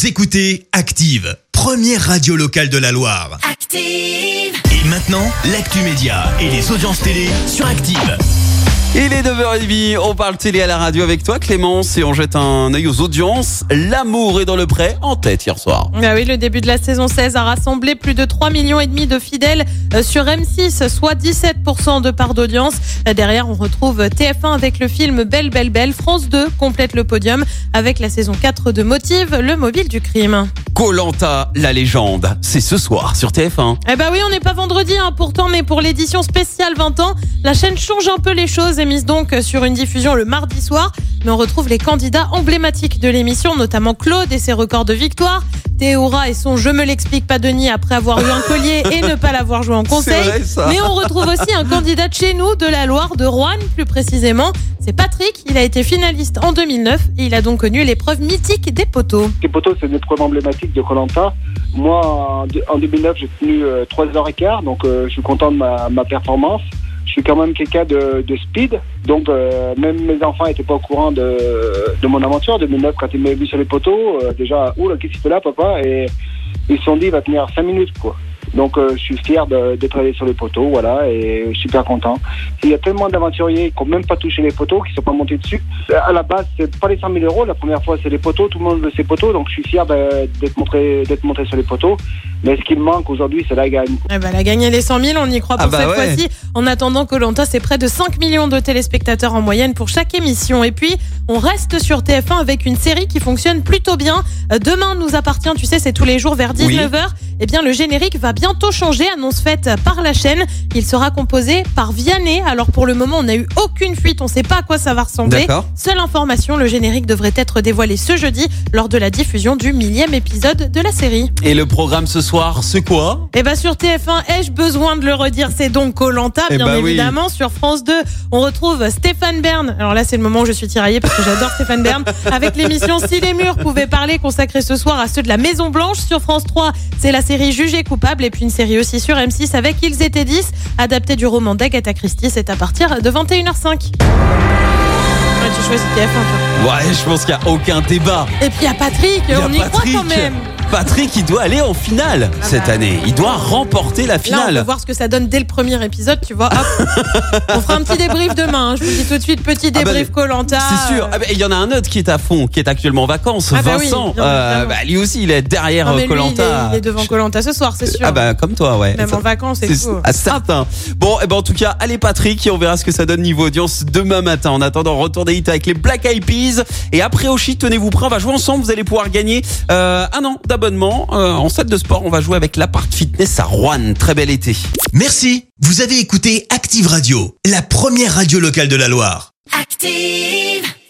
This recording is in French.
Vous écoutez Active, première radio locale de la Loire. Active. Et maintenant, l'actu média et les audiences télé sur Active. Il est 9h30, on parle télé à la radio avec toi Clémence et on jette un œil aux audiences. L'amour est dans le pré, en tête hier soir. Ah oui, le début de la saison 16 a rassemblé plus de 3,5 millions de fidèles sur M6, soit 17% de part d'audience. Derrière, on retrouve TF1 avec le film Belle Belle Belle. France 2 complète le podium avec la saison 4 de Motive, le mobile du crime. Koh-Lanta, la légende, c'est ce soir sur TF1. Eh ben oui, on n'est pas vendredi pourtant, mais pour l'édition spéciale 20 ans, la chaîne change un peu les choses et mise donc sur une diffusion le mardi soir. Mais on retrouve les candidats emblématiques de l'émission, notamment Claude et ses records de victoire, Théoura et son Je me l'explique pas Denis après avoir eu un collier et ne pas l'avoir joué en conseil. C'est vrai, ça. Mais on retrouve aussi un candidat de chez nous, de la Loire, de Roanne plus précisément. C'est Patrick, il a été finaliste en 2009 et il a donc connu l'épreuve mythique des poteaux. Les poteaux, c'est une épreuve emblématique de Koh-Lanta. Moi, en 2009, j'ai tenu 3h15, donc je suis content de ma performance. Je suis quand même quelqu'un de speed, donc même mes enfants n'étaient pas au courant de mon aventure en 2009 quand ils m'avaient vu sur les poteaux. Déjà, oula, qu'est-ce qu'il fait là, papa? Et ils se sont dit, il va tenir 5 minutes, quoi. Donc je suis fier d'être allé sur les poteaux, voilà, et super content. Il y a tellement d'aventuriers qui n'ont même pas touché les poteaux, qui ne sont pas montés dessus. À la base, c'est pas les 100 000 euros. La première fois, c'est les poteaux. Tout le monde veut ses poteaux, donc je suis fier d'être monté sur les poteaux. Mais ce qui me manque aujourd'hui, c'est la gagne. Eh ben, elle a gagné les 100 000, on y croit pour cette ouais. fois-ci. En attendant, Koh-Lanta, c'est près de 5 millions de téléspectateurs en moyenne pour chaque émission. Et puis, on reste sur TF1 avec une série qui fonctionne plutôt bien. Demain nous appartient, tu sais, c'est tous les jours vers 19h. Oui. Eh bien, le générique va bientôt changer, annonce faite par la chaîne. Il sera composé par Vianney. Alors, pour le moment, on n'a eu aucune fuite, on ne sait pas à quoi ça va ressembler. D'accord. Seule information, le générique devrait être dévoilé ce jeudi lors de la diffusion du 1000e épisode de la série. Et le programme ce soir, c'est quoi? Eh ben sur TF1, ai-je besoin de le redire, c'est donc Koh-Lanta, bien évidemment. Oui. Sur France 2, on retrouve Stéphane Bern. Alors là, c'est le moment où je suis tiraillée parce que j'adore Stéphane Bern. Avec l'émission Si les murs pouvaient parler, consacrée ce soir à ceux de la Maison Blanche. Sur France 3, c'est la série Jugé coupable. Et puis une série aussi sur M6 avec Ils étaient 10, adaptée du roman d'Agatha Christie. C'est à partir de 21h05. Ouais, tu choisis TF1, toi. Ouais, je pense qu'il n'y a aucun débat. Et puis il y a Patrick, on y croit quand même. Patrick, il doit aller en finale cette année. Il doit remporter la finale. Là, on va voir ce que ça donne dès le premier épisode, tu vois. Hop. On fera un petit débrief demain. Je vous dis tout de suite, petit débrief Koh-Lanta. C'est sûr. Il y en a un autre qui est à fond, qui est actuellement en vacances. Vincent. Oui, lui aussi, il est derrière Koh-Lanta. Il est devant Koh-Lanta ce soir, c'est sûr. Comme toi, ouais. Même en vacances et tout. Certain. Bon, en tout cas, allez Patrick, on verra ce que ça donne niveau audience demain matin. En attendant, retour des hits avec les Black Eyed Peas. Et après Oshi, tenez-vous prêts, on va jouer ensemble. Vous allez pouvoir gagner un an d'abonnement. En salle de sport, on va jouer avec l'Apart Fitness à Roanne. Très bel été. Merci. Vous avez écouté Active Radio, la première radio locale de la Loire. Active.